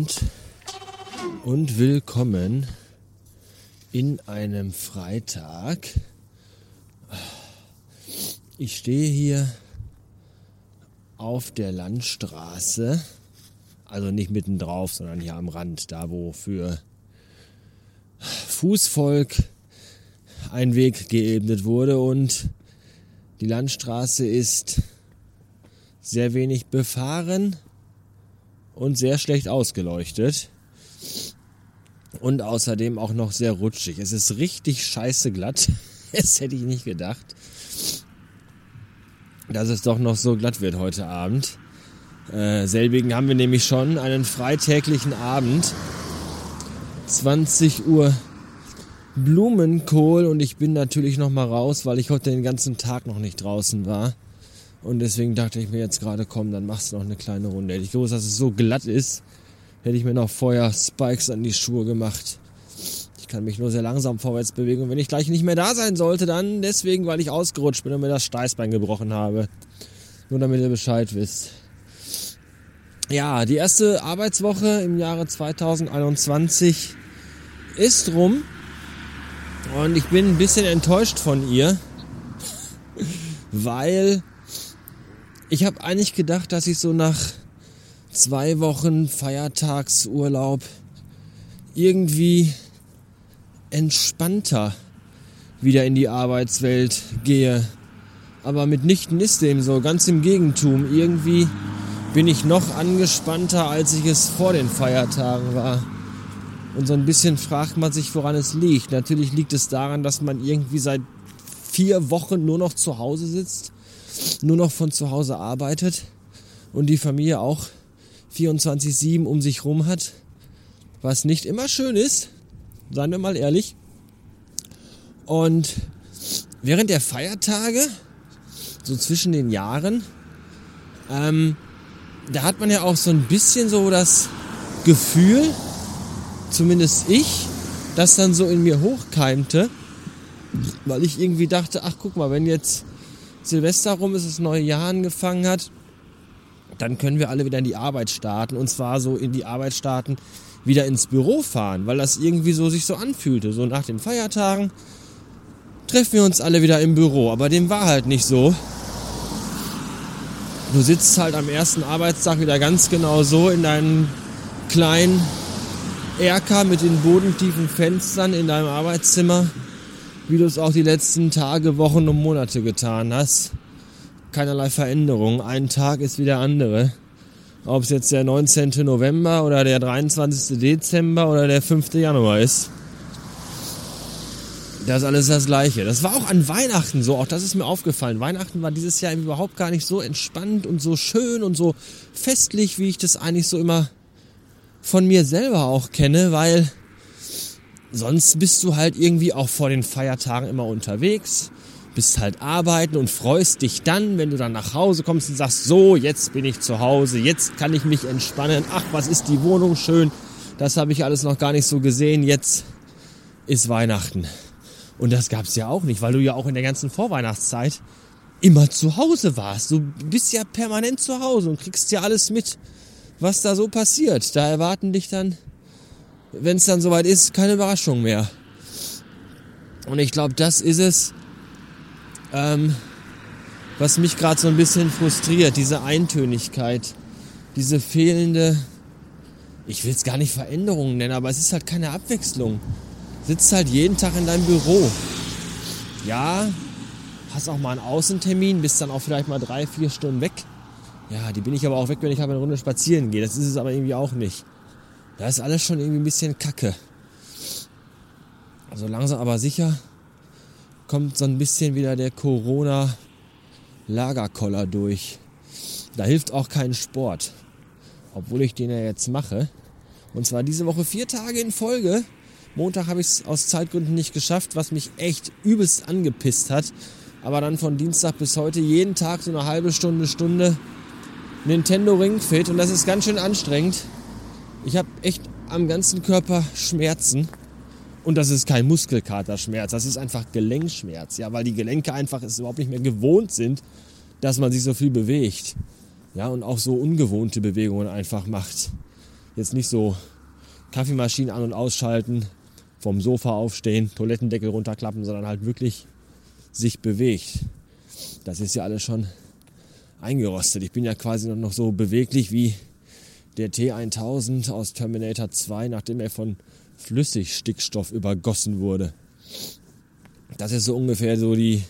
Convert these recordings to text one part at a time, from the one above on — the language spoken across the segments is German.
Abend und willkommen in einem Freitag. Ich stehe hier auf der Landstraße, also nicht mitten drauf, sondern hier am Rand, da wo für Fußvolk ein Weg geebnet wurde, und die Landstraße ist sehr wenig befahren und sehr schlecht ausgeleuchtet und außerdem auch noch sehr rutschig. Es ist richtig scheiße glatt. Das hätte ich nicht gedacht, dass es doch noch so glatt wird heute Abend. Selbigen haben wir nämlich schon einen freitäglichen Abend. 20 Uhr Blumenkohl, und ich bin natürlich noch mal raus, weil ich heute den ganzen Tag noch nicht draußen war. Und deswegen dachte ich mir jetzt gerade, komm, dann machst du noch eine kleine Runde. Hätte ich gewusst, dass es so glatt ist, hätte ich mir noch vorher Spikes an die Schuhe gemacht. Ich kann mich nur sehr langsam vorwärts bewegen. Und wenn ich gleich nicht mehr da sein sollte, dann deswegen, weil ich ausgerutscht bin und mir das Steißbein gebrochen habe. Nur damit ihr Bescheid wisst. Ja, die erste Arbeitswoche im Jahre 2021 ist rum. Und ich bin ein bisschen enttäuscht von ihr, weil ich habe eigentlich gedacht, dass ich so nach 2 Wochen Feiertagsurlaub irgendwie entspannter wieder in die Arbeitswelt gehe. Aber mitnichten ist dem so, ganz im Gegentum. Irgendwie bin ich noch angespannter, als ich es vor den Feiertagen war. Und so ein bisschen fragt man sich, woran es liegt. Natürlich liegt es daran, dass man irgendwie seit 4 Wochen nur noch zu Hause sitzt, nur noch von zu Hause arbeitet und die Familie auch 24/7 um sich rum hat, was nicht immer schön ist, seien wir mal ehrlich. Und während der Feiertage, so zwischen den Jahren, da hat man ja auch so ein bisschen so das Gefühl, zumindest ich, das dann so in mir hochkeimte, weil ich irgendwie dachte, ach guck mal, wenn jetzt Silvester rum ist, das neue Jahr angefangen hat, dann können wir alle wieder in die Arbeit starten, und zwar so in die Arbeit starten, wieder ins Büro fahren, weil das irgendwie so sich so anfühlte, so nach den Feiertagen treffen wir uns alle wieder im Büro, aber dem war halt nicht so. Du sitzt halt am ersten Arbeitstag wieder ganz genau so in deinem kleinen Erker mit den bodentiefen Fenstern in deinem Arbeitszimmer, wie du es auch die letzten Tage, Wochen und Monate getan hast. Keinerlei Veränderung. Ein Tag ist wie der andere. Ob es jetzt der 19. November oder der 23. Dezember oder der 5. Januar ist. Das ist alles das Gleiche. Das war auch an Weihnachten so. Auch das ist mir aufgefallen. Weihnachten war dieses Jahr überhaupt gar nicht so entspannt und so schön und so festlich, wie ich das eigentlich so immer von mir selber auch kenne, weil sonst bist du halt irgendwie auch vor den Feiertagen immer unterwegs, bist halt arbeiten und freust dich dann, wenn du dann nach Hause kommst und sagst, so, jetzt bin ich zu Hause, jetzt kann ich mich entspannen, ach, was ist die Wohnung schön, das habe ich alles noch gar nicht so gesehen, jetzt ist Weihnachten. Und das gab's ja auch nicht, weil du ja auch in der ganzen Vorweihnachtszeit immer zu Hause warst. Du bist ja permanent zu Hause und kriegst ja alles mit, was da so passiert. Da erwarten dich dann, wenn es dann soweit ist, keine Überraschung mehr. Und ich glaube, das ist es, was mich gerade so ein bisschen frustriert. Diese Eintönigkeit, diese fehlende, ich will es gar nicht Veränderung nennen, aber es ist halt keine Abwechslung. Sitzt halt jeden Tag in deinem Büro. Ja, hast auch mal einen Außentermin, bist dann auch vielleicht mal 3-4 Stunden weg. Ja, die bin ich aber auch weg, wenn ich eine Runde spazieren gehe. Das ist es aber irgendwie auch nicht. Da ist alles schon irgendwie ein bisschen kacke. Also langsam aber sicher kommt so ein bisschen wieder der Corona-Lagerkoller durch. Da hilft auch kein Sport. Obwohl ich den ja jetzt mache. Und zwar diese Woche 4 Tage in Folge. Montag habe ich es aus Zeitgründen nicht geschafft, was mich echt übelst angepisst hat. Aber dann von Dienstag bis heute jeden Tag so eine halbe Stunde Nintendo Ring Fit. Und das ist ganz schön anstrengend. Ich habe echt am ganzen Körper Schmerzen. Und das ist kein Muskelkaterschmerz, das ist einfach Gelenkschmerz. Ja, weil die Gelenke einfach es überhaupt nicht mehr gewohnt sind, dass man sich so viel bewegt. Ja, und auch so ungewohnte Bewegungen einfach macht. jetzt nicht so Kaffeemaschinen an- und ausschalten, vom Sofa aufstehen, Toilettendeckel runterklappen, sondern halt wirklich sich bewegt. Das ist ja alles schon eingerostet. Ich bin ja quasi noch so beweglich wie der T-1000 aus Terminator 2, nachdem er von Flüssigstickstoff übergossen wurde. Das ist so ungefähr so die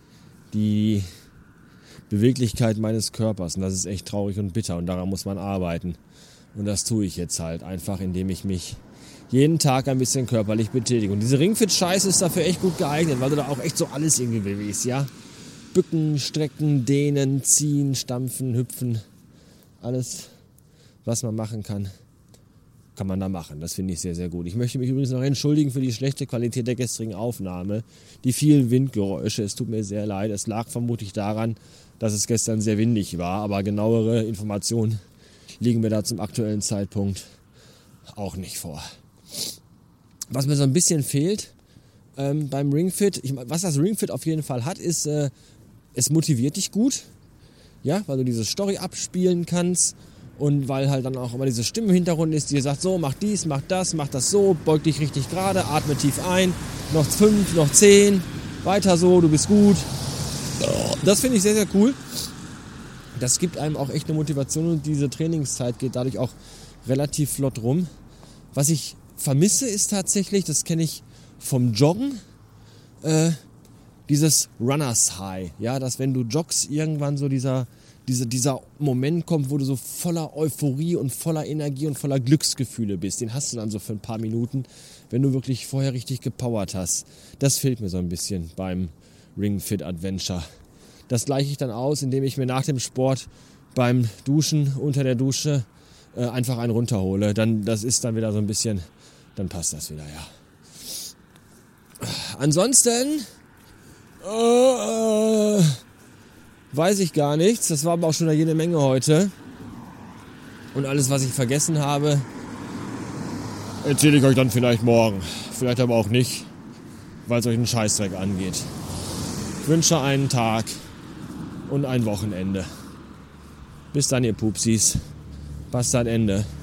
Beweglichkeit meines Körpers. Und das ist echt traurig und bitter. Und daran muss man arbeiten. Und das tue ich jetzt halt einfach, indem ich mich jeden Tag ein bisschen körperlich betätige. Und diese Ringfit-Scheiße ist dafür echt gut geeignet, weil du da auch echt so alles irgendwie bewegst, ja? Bücken, strecken, dehnen, ziehen, stampfen, hüpfen. Alles, was man machen kann, kann man da machen. Das finde ich sehr, sehr gut. Ich möchte mich übrigens noch entschuldigen für die schlechte Qualität der gestrigen Aufnahme. Die vielen Windgeräusche. Es tut mir sehr leid. Es lag vermutlich daran, dass es gestern sehr windig war. Aber genauere Informationen liegen mir da zum aktuellen Zeitpunkt auch nicht vor. Was mir so ein bisschen fehlt beim Ringfit, was das Ringfit auf jeden Fall hat, ist, es motiviert dich gut, ja, weil du diese Story abspielen kannst und weil halt dann auch immer diese Stimme im Hintergrund ist, die dir sagt, so, mach dies, mach das so, beug dich richtig gerade, atme tief ein, noch 5, noch 10, weiter so, du bist gut. Das finde ich sehr, sehr cool. Das gibt einem auch echt eine Motivation und diese Trainingszeit geht dadurch auch relativ flott rum. Was ich vermisse ist tatsächlich, das kenne ich vom Joggen, dieses Runners High. Ja, dass wenn du joggst, irgendwann so dieser Moment kommt, wo du so voller Euphorie und voller Energie und voller Glücksgefühle bist. Den hast du dann so für ein paar Minuten, wenn du wirklich vorher richtig gepowert hast. Das fehlt mir so ein bisschen beim Ring Fit Adventure. Das gleiche ich dann aus, indem ich mir nach dem Sport beim Duschen, unter der Dusche, einfach einen runterhole. Das ist dann wieder so ein bisschen, dann passt das wieder, ja. Ansonsten weiß ich gar nichts. Das war aber auch schon wieder jede Menge heute. Und alles, was ich vergessen habe, erzähle ich euch dann vielleicht morgen. Vielleicht aber auch nicht, weil es euch einen Scheißdreck angeht. Ich wünsche einen Tag und ein Wochenende. Bis dann, ihr Pupsis. Bastard Ende.